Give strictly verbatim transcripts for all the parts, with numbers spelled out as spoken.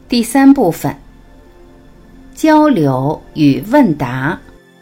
第三部分，交流与问答。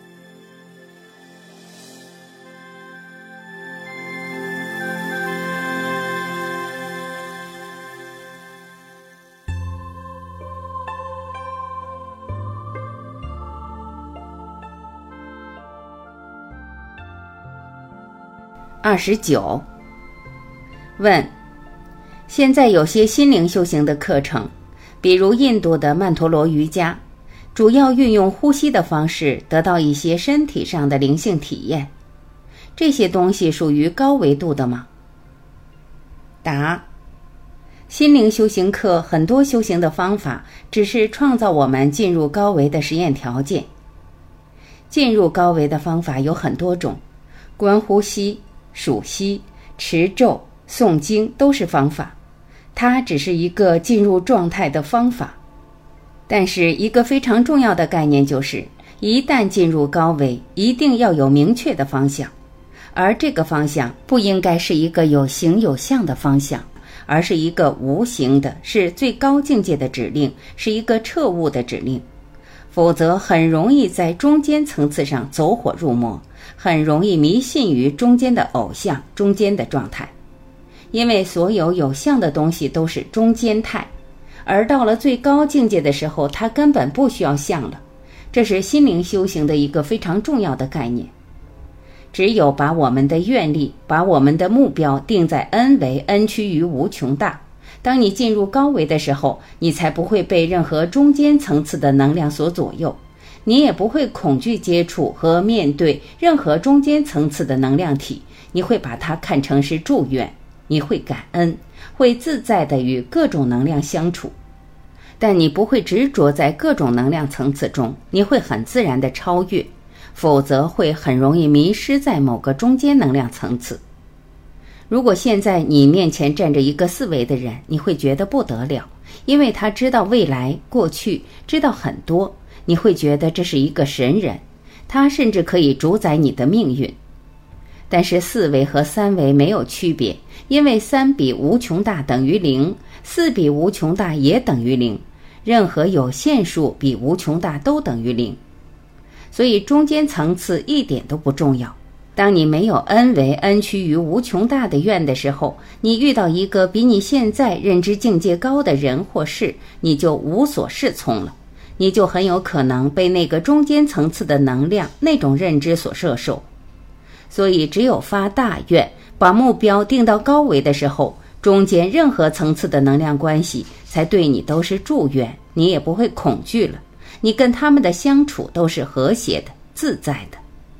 二十九，问：现在有些心灵修行的课程，比如印度的曼陀罗瑜伽，主要运用呼吸的方式得到一些身体上的灵性体验。这些东西属于高维度的吗？答：心灵修行课很多修行的方法只是创造我们进入高维的实验条件。进入高维的方法有很多种，观呼吸、数息、持咒、诵经都是方法，它只是一个进入状态的方法。但是一个非常重要的概念就是，一旦进入高维，一定要有明确的方向，而这个方向不应该是一个有形有相的方向，而是一个无形的，是最高境界的指令，是一个彻悟的指令。否则很容易在中间层次上走火入魔，很容易迷信于中间的偶像、中间的状态。因为所有有相的东西都是中间态，而到了最高境界的时候，它根本不需要相了。这是心灵修行的一个非常重要的概念。只有把我们的愿力，把我们的目标定在 N 为 N 趋于无穷大，当你进入高维的时候，你才不会被任何中间层次的能量所左右，你也不会恐惧接触和面对任何中间层次的能量体，你会把它看成是祝愿，你会感恩，会自在地与各种能量相处。但你不会执着在各种能量层次中，你会很自然地超越，否则会很容易迷失在某个中间能量层次。如果现在你面前站着一个四维的人，你会觉得不得了，因为他知道未来、过去，知道很多，你会觉得这是一个神人，他甚至可以主宰你的命运。但是四维和三维没有区别，因为三比无穷大等于零，四比无穷大也等于零，任何有限数比无穷大都等于零。所以中间层次一点都不重要。当你没有 N 为 N 趋于无穷大的愿的时候，你遇到一个比你现在认知境界高的人或事，你就无所适从了，你就很有可能被那个中间层次的能量、那种认知所摄受。所以只有发大愿，把目标定到高维的时候，中间任何层次的能量关系才对你都是祝愿，你也不会恐惧了，你跟他们的相处都是和谐的、自在的。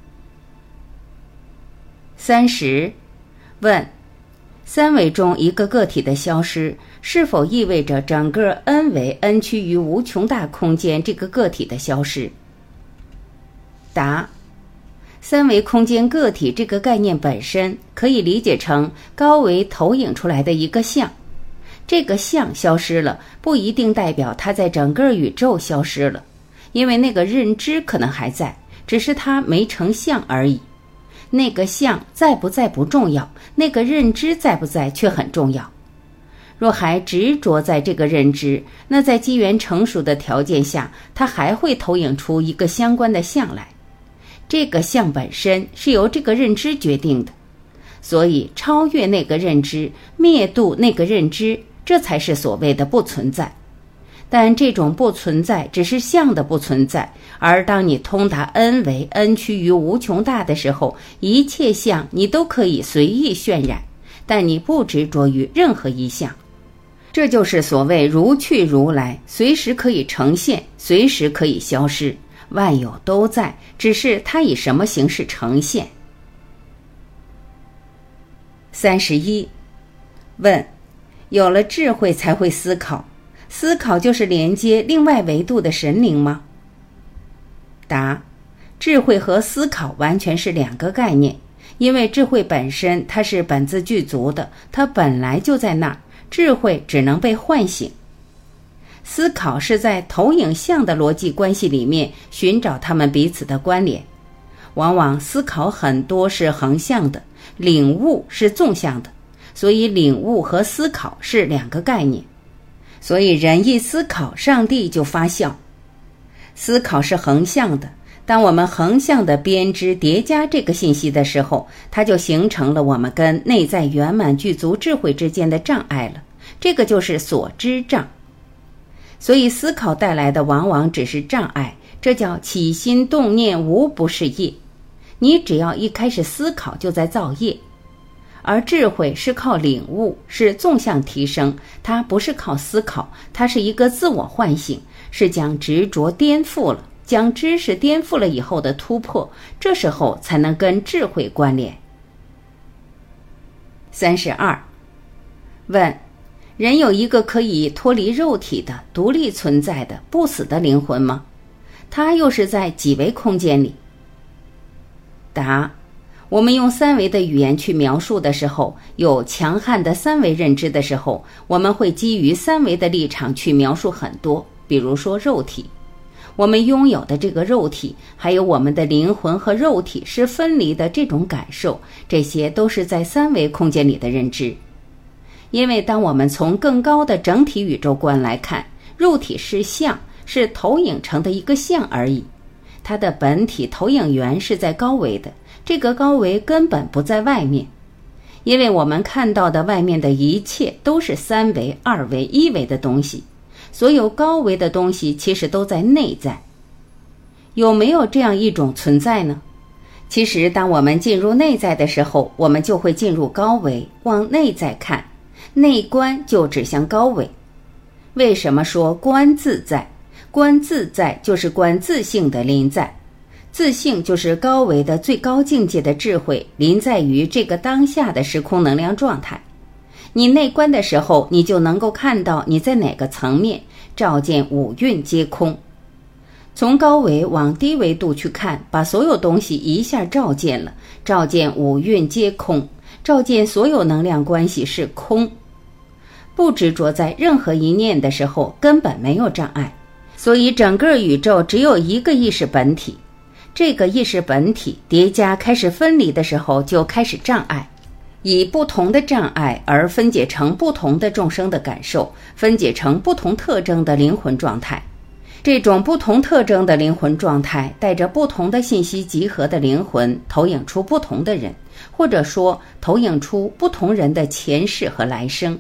三十，问：三维中一个个体的消失，是否意味着整个 N 为 N 趋于无穷大空间这个个体的消失？答：三维空间个体这个概念本身可以理解成高维投影出来的一个像，这个像消失了，不一定代表它在整个宇宙消失了，因为那个认知可能还在，只是它没成像而已。那个像在不在不重要，那个认知在不在却很重要。若还执着在这个认知，那在机缘成熟的条件下，它还会投影出一个相关的像来。这个像本身是由这个认知决定的，所以超越那个认知，灭度那个认知，这才是所谓的不存在。但这种不存在只是相的不存在，而当你通达 N 为 N 趋于无穷大的时候，一切相你都可以随意渲染，但你不执着于任何一项。这就是所谓如去如来，随时可以呈现，随时可以消失，万有都在，只是它以什么形式呈现。三十一，问：有了智慧才会思考，思考就是连接另外维度的神灵吗？答：智慧和思考完全是两个概念，因为智慧本身它是本自具足的，它本来就在那儿，智慧只能被唤醒。思考是在投影像的逻辑关系里面寻找它们彼此的关联，往往思考很多是横向的，领悟是纵向的，所以领悟和思考是两个概念。 所以人一思考，上帝就发笑。思考是横向的，当我们横向的编织叠加这个信息的时候，它就形成了我们跟内在圆满具足智慧之间的障碍了，这个就是所知障。所以思考带来的往往只是障碍，这叫起心动念无不是业。你只要一开始思考就在造业，而智慧是靠领悟，是纵向提升，它不是靠思考，它是一个自我唤醒，是将执着颠覆了，将知识颠覆了以后的突破，这时候才能跟智慧关联。三十二，问：人有一个可以脱离肉体的、独立存在的、不死的灵魂吗？它又是在几维空间里？答：我们用三维的语言去描述的时候，有强悍的三维认知的时候，我们会基于三维的立场去描述很多，比如说肉体。我们拥有的这个肉体，还有我们的灵魂和肉体是分离的这种感受，这些都是在三维空间里的认知。因为当我们从更高的整体宇宙观来看，肉体是像，是投影成的一个像而已。它的本体投影源是在高维的，这个高维根本不在外面。因为我们看到的外面的一切都是三维、二维、一维的东西，所有高维的东西其实都在内在。有没有这样一种存在呢？其实当我们进入内在的时候，我们就会进入高维，往内在看，内观就指向高维。为什么说观自在？观自在就是观自性的临在，自性就是高维的最高境界的智慧，临在于这个当下的时空能量状态。你内观的时候，你就能够看到你在哪个层面，照见五蕴皆空。从高维往低维度去看，把所有东西一下照见了，照见五蕴皆空，照见所有能量关系是空。不执着在任何一念的时候，根本没有障碍。所以整个宇宙只有一个意识本体，这个意识本体叠加开始分离的时候，就开始障碍，以不同的障碍而分解成不同的众生的感受，分解成不同特征的灵魂状态。这种不同特征的灵魂状态，带着不同的信息集合的灵魂，投影出不同的人，或者说投影出不同人的前世和来生。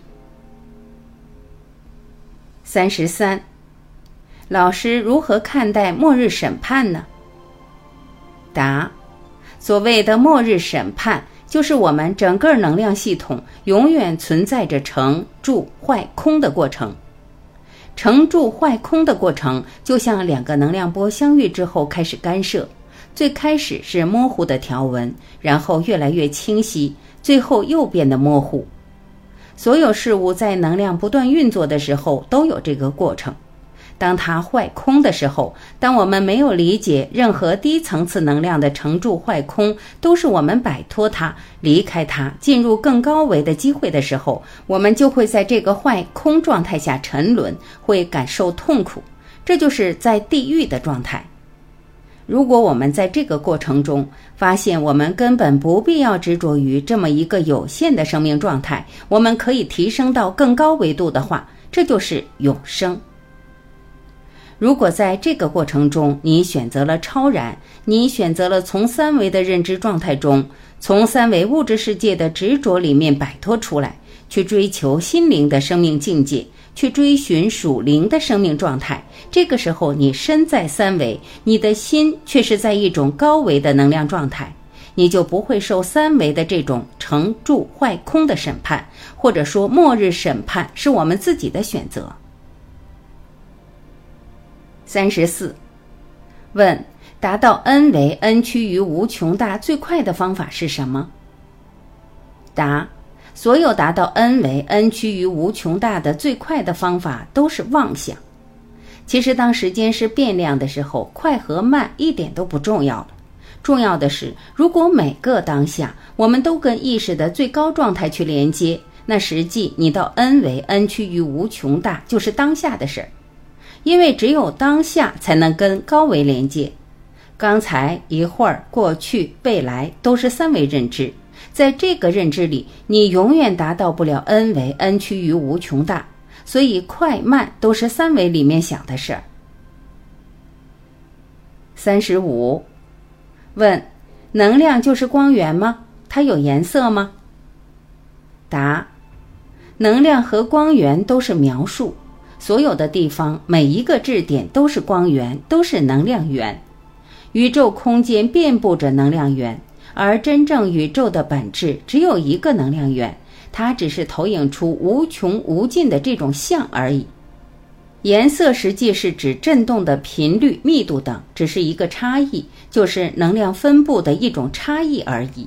三十三，老师如何看待末日审判呢？答：所谓的末日审判，就是我们整个能量系统永远存在着成、住、坏、空的过程。成、住、坏、空的过程，就像两个能量波相遇之后开始干涉，最开始是模糊的条纹，然后越来越清晰，最后又变得模糊。所有事物在能量不断运作的时候都有这个过程。当它坏空的时候，当我们没有理解任何低层次能量的成住坏空都是我们摆脱它、离开它、进入更高维的机会的时候，我们就会在这个坏空状态下沉沦，会感受痛苦，这就是在地狱的状态。如果我们在这个过程中发现我们根本不必要执着于这么一个有限的生命状态，我们可以提升到更高维度的话，这就是永生。如果在这个过程中你选择了超然，你选择了从三维的认知状态中，从三维物质世界的执着里面摆脱出来，去追求心灵的生命境界，去追寻属灵的生命状态，这个时候你身在三维，你的心却是在一种高维的能量状态，你就不会受三维的这种成住坏空的审判，或者说末日审判是我们自己的选择。三十四，问：达到 N 维 N 趋于无穷大最快的方法是什么？答：所有达到 N 维 N 趋于无穷大的最快的方法都是妄想。其实当时间是变量的时候，快和慢一点都不重要了，重要的是如果每个当下我们都跟意识的最高状态去连接，那实际你到 N 维 N 趋于无穷大就是当下的事儿。因为只有当下才能跟高维连接，刚才、一会儿、过去、未来都是三维认知，在这个认知里，你永远达到不了 N 维 N 趋于无穷大， 所以快慢都是三维里面想的事儿。三十五，问：能量就是光源吗？它有颜色吗？答：能量和光源都是描述，所有的地方每一个质点都是光源，都是能量源。宇宙空间遍布着能量源，而真正宇宙的本质只有一个能量源，它只是投影出无穷无尽的这种像而已。颜色实际是指振动的频率、密度等，只是一个差异，就是能量分布的一种差异而已。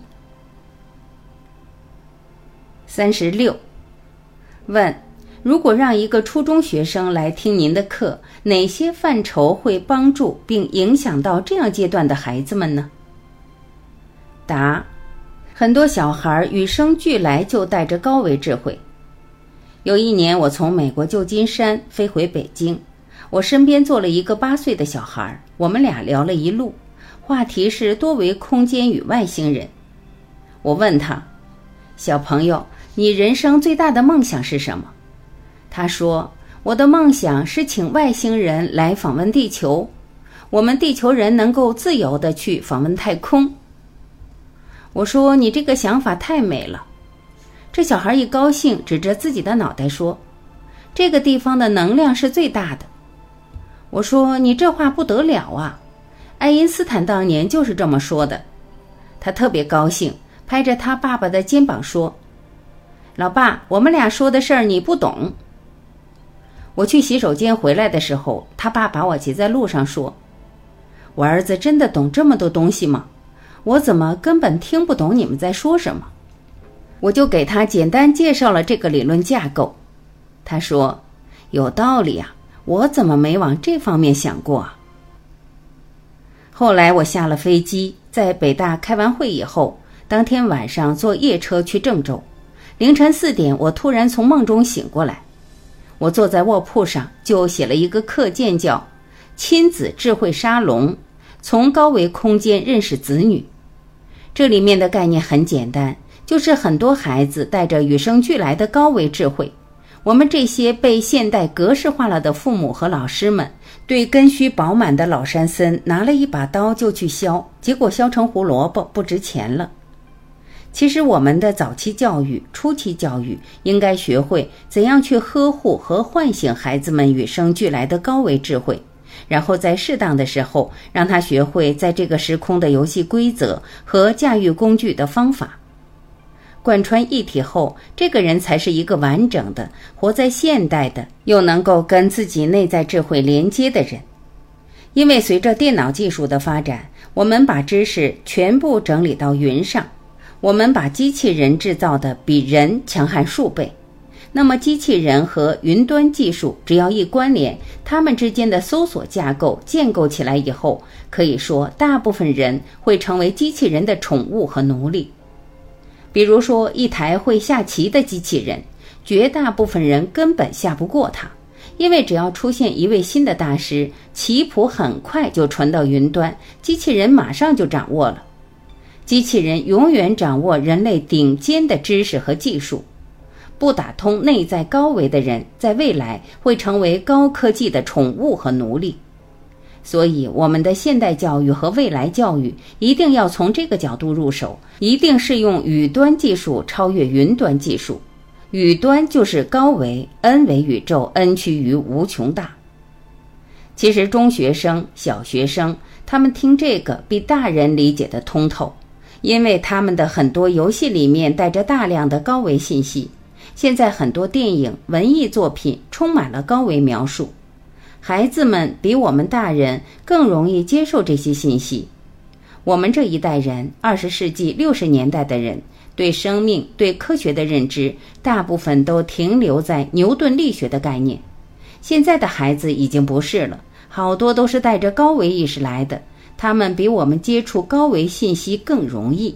三十六，问：如果让一个初中学生来听您的课，哪些范畴会帮助并影响到这样阶段的孩子们呢？答：很多小孩与生俱来就带着高维智慧。有一年，我从美国旧金山飞回北京，我身边坐了一个八岁的小孩，我们俩聊了一路，话题是多维空间与外星人。我问他：小朋友，你人生最大的梦想是什么？他说：我的梦想是请外星人来访问地球，我们地球人能够自由地去访问太空。我说：你这个想法太美了。这小孩一高兴，指着自己的脑袋说：这个地方的能量是最大的。我说：你这话不得了啊，爱因斯坦当年就是这么说的。他特别高兴，拍着他爸爸的肩膀说：老爸，我们俩说的事儿你不懂。我去洗手间回来的时候，他爸把我截在路上说：我儿子真的懂这么多东西吗？我怎么根本听不懂你们在说什么？我就给他简单介绍了这个理论架构。他说：有道理啊，我怎么没往这方面想过啊？后来我下了飞机，在北大开完会以后，当天晚上坐夜车去郑州。凌晨四点，我突然从梦中醒过来。我坐在卧铺上，就写了一个课件，叫《亲子智慧沙龙：从高维空间认识子女》。这里面的概念很简单，就是很多孩子带着与生俱来的高维智慧，我们这些被现代格式化了的父母和老师们，对根须饱满的老山参拿了一把刀就去削，结果削成胡萝卜，不值钱了。其实我们的早期教育、初期教育应该学会怎样去呵护和唤醒孩子们与生俱来的高维智慧，然后在适当的时候让他学会在这个时空的游戏规则和驾驭工具的方法。贯穿一体后，这个人才是一个完整的、活在现代的，又能够跟自己内在智慧连接的人。因为随着电脑技术的发展，我们把知识全部整理到云上，我们把机器人制造的比人强悍数倍。那么机器人和云端技术只要一关联，它们之间的搜索架构建构起来以后，可以说大部分人会成为机器人的宠物和奴隶。比如说一台会下棋的机器人，绝大部分人根本下不过它，因为只要出现一位新的大师，棋谱很快就传到云端，机器人马上就掌握了。机器人永远掌握人类顶尖的知识和技术，不打通内在高维的人，在未来会成为高科技的宠物和奴隶。所以我们的现代教育和未来教育一定要从这个角度入手，一定是用宇端技术超越云端技术。宇端就是高维 n 为宇宙 n 趋于无穷大。其实中学生、小学生他们听这个比大人理解的通透，因为他们的很多游戏里面带着大量的高维信息。现在很多电影、文艺作品充满了高维描述，孩子们比我们大人更容易接受这些信息。我们这一代人，二十世纪六十年代的人，对生命、对科学的认知，大部分都停留在牛顿力学的概念。现在的孩子已经不是了，好多都是带着高维意识来的，他们比我们接触高维信息更容易。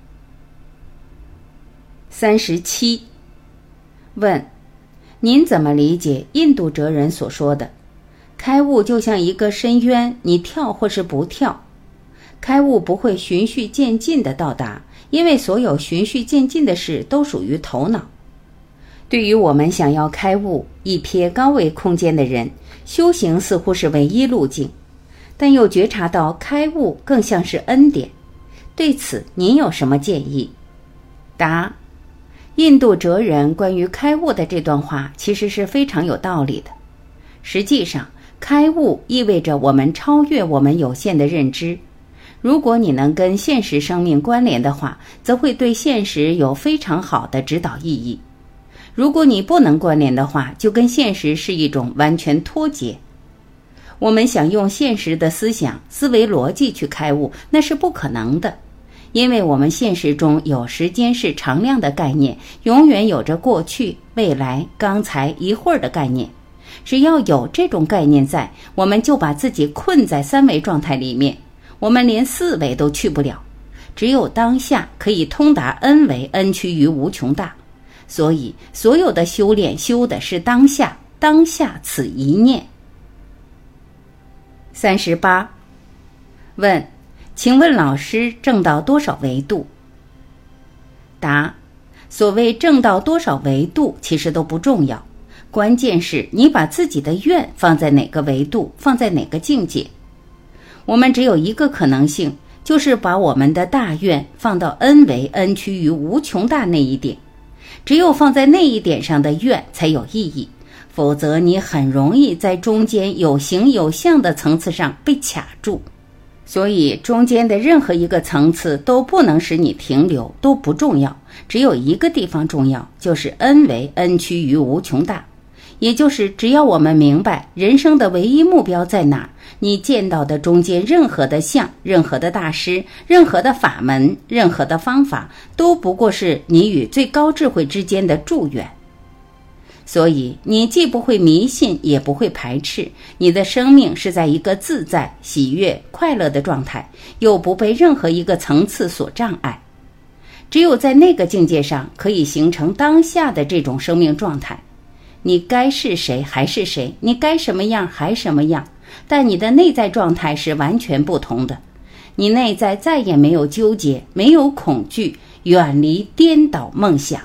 三十七，问：您怎么理解印度哲人所说的开悟就像一个深渊，你跳或是不跳？开悟不会循序渐进的到达，因为所有循序渐进的事都属于头脑。 对于我们想要开悟、一瞥高维空间的人，修行似乎是唯一路径，但又觉察到开悟更像是恩典。对此，您有什么建议？答：印度哲人关于开悟的这段话其实是非常有道理的。实际上，开悟意味着我们超越我们有限的认知。如果你能跟现实生命关联的话，则会对现实有非常好的指导意义。如果你不能关联的话，就跟现实是一种完全脱节。我们想用现实的思想、思维逻辑去开悟，那是不可能的，因为我们现实中有时间是常量的概念，永远有着过去、未来、刚才、一会儿的概念。只要有这种概念在，我们就把自己困在三维状态里面，我们连四维都去不了。只有当下可以通达 n 维 n 趋于无穷大。所以所有的修炼修的是当下，当下此一念。三十八，问，请问老师证到多少维度？答：所谓证到多少维度其实都不重要，关键是你把自己的愿放在哪个维度，放在哪个境界。我们只有一个可能性，就是把我们的大愿放到 n 维 n 趋于无穷大那一点。只有放在那一点上的愿才有意义，否则你很容易在中间有形有相的层次上被卡住。所以中间的任何一个层次都不能使你停留，都不重要，只有一个地方重要，就是 n 维 n 趋于无穷大。也就是只要我们明白人生的唯一目标在哪儿，你见到的中间任何的相、任何的大师、任何的法门、任何的方法，都不过是你与最高智慧之间的祝愿。所以你既不会迷信，也不会排斥，你的生命是在一个自在、喜悦、快乐的状态，又不被任何一个层次所障碍。只有在那个境界上，可以形成当下的这种生命状态。你该是谁还是谁，你该什么样还什么样，但你的内在状态是完全不同的。你内在再也没有纠结，没有恐惧，远离颠倒梦想。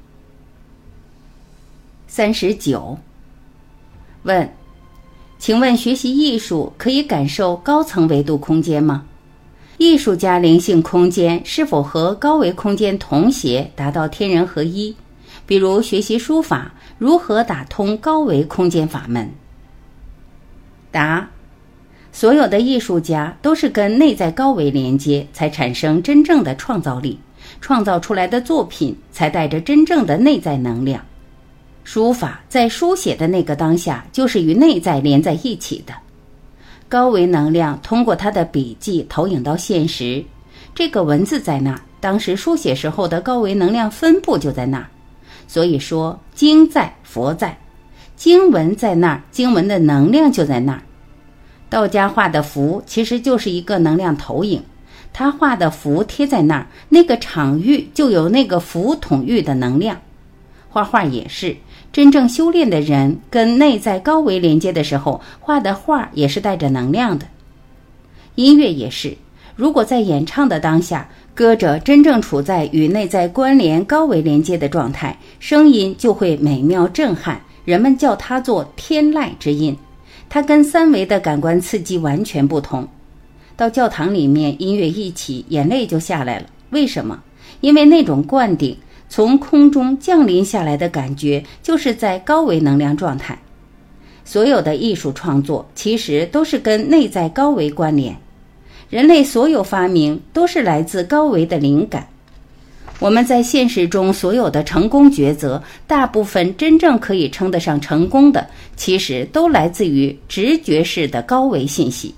三十九，问，请问学习艺术可以感受高层维度空间吗？艺术家灵性空间是否和高维空间同谐，达到天人合一？比如学习书法，如何打通高维空间法门？答：所有的艺术家都是跟内在高维连接，才产生真正的创造力，创造出来的作品才带着真正的内在能量。书法在书写的那个当下，就是与内在连在一起的。高维能量通过他的笔记投影到现实，这个文字在那儿，当时书写时候的高维能量分布就在那儿。所以说经在佛在，经文在那儿，经文的能量就在那儿。道家画的符其实就是一个能量投影，他画的符贴在那儿，那个场域就有那个符统御的能量。画画也是，真正修炼的人跟内在高维连接的时候，画的画也是带着能量的。音乐也是，如果在演唱的当下，歌者真正处在与内在关联高维连接的状态，声音就会美妙震撼，人们叫它做天籁之音。它跟三维的感官刺激完全不同。到教堂里面，音乐一起，眼泪就下来了。为什么？因为那种灌顶从空中降临下来的感觉，就是在高维能量状态。所有的艺术创作其实都是跟内在高维关联。人类所有发明都是来自高维的灵感。我们在现实中所有的成功抉择，大部分真正可以称得上成功的，其实都来自于直觉式的高维信息。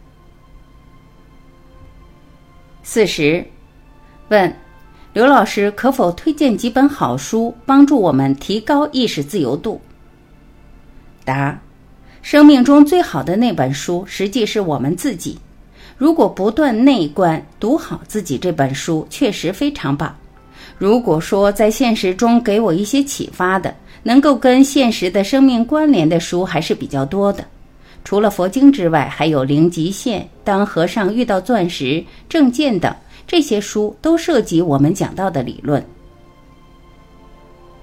四十，问，刘老师可否推荐几本好书，帮助我们提高意识自由度？答：生命中最好的那本书，实际是我们自己。如果不断内观，读好自己这本书，确实非常棒。如果说在现实中给我一些启发的，能够跟现实的生命关联的书还是比较多的。除了佛经之外，还有零极限、当和尚遇到钻石、正见等，这些书都涉及我们讲到的理论。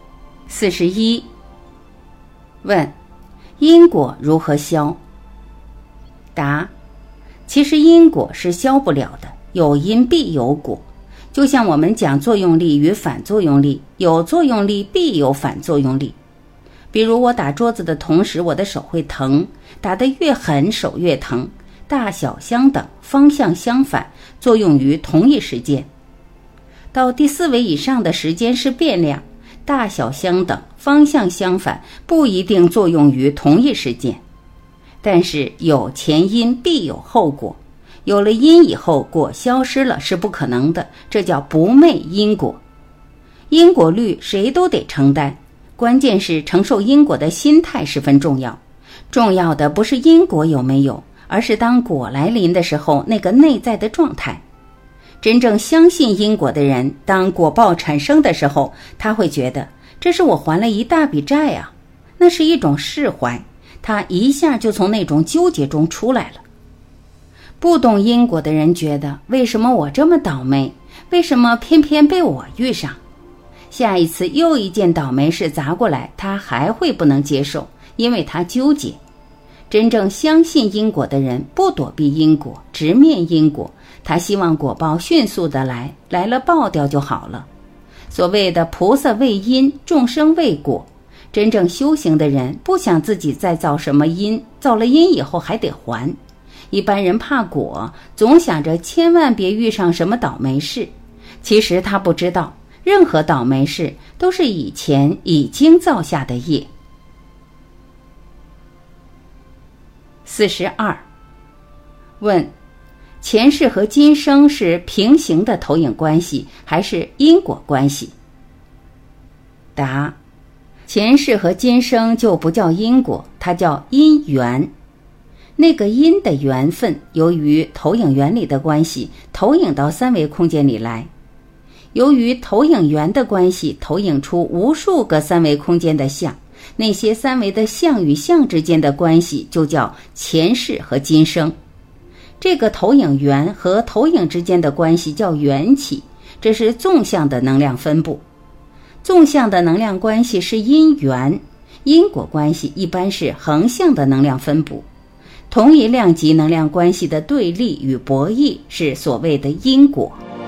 四十一。问：因果如何消？答：其实因果是消不了的，有因必有果。就像我们讲作用力与反作用力，有作用力必有反作用力。比如我打桌子的同时，我的手会疼，打得越狠手越疼，大小相等，方向相反，作用于同一时间。到第四维以上的时间是变量，大小相等，方向相反，不一定作用于同一时间。但是有前因必有后果，有了因以后果消失了是不可能的，这叫不昧因果。因果律谁都得承担，关键是承受因果的心态十分重要。重要的不是因果有没有，而是当果来临的时候那个内在的状态。真正相信因果的人，当果报产生的时候，他会觉得这是我还了一大笔债啊，那是一种释怀，他一下就从那种纠结中出来了。不懂因果的人觉得，为什么我这么倒霉？为什么偏偏被我遇上？下一次又一件倒霉事砸过来，他还会不能接受，因为他纠结。真正相信因果的人，不躲避因果，直面因果，他希望果报迅速的来，来了报掉就好了。所谓的菩萨为因，众生为果。真正修行的人不想自己再造什么因，造了因以后还得还。一般人怕果，总想着千万别遇上什么倒霉事。其实他不知道，任何倒霉事都是以前已经造下的业。四十二。问：前世和今生是平行的投影关系，还是因果关系？答：前世和今生就不叫因果，它叫因缘。那个因的缘分，由于投影原理的关系，投影到三维空间里来。由于投影源的关系，投影出无数个三维空间的相，那些三维的相与相之间的关系就叫前世和今生。这个投影源和投影之间的关系叫缘起，这是纵向的能量分布。纵向的能量关系是因缘，因果关系一般是横向的能量分布。同一量级能量关系的对立与博弈是所谓的因果。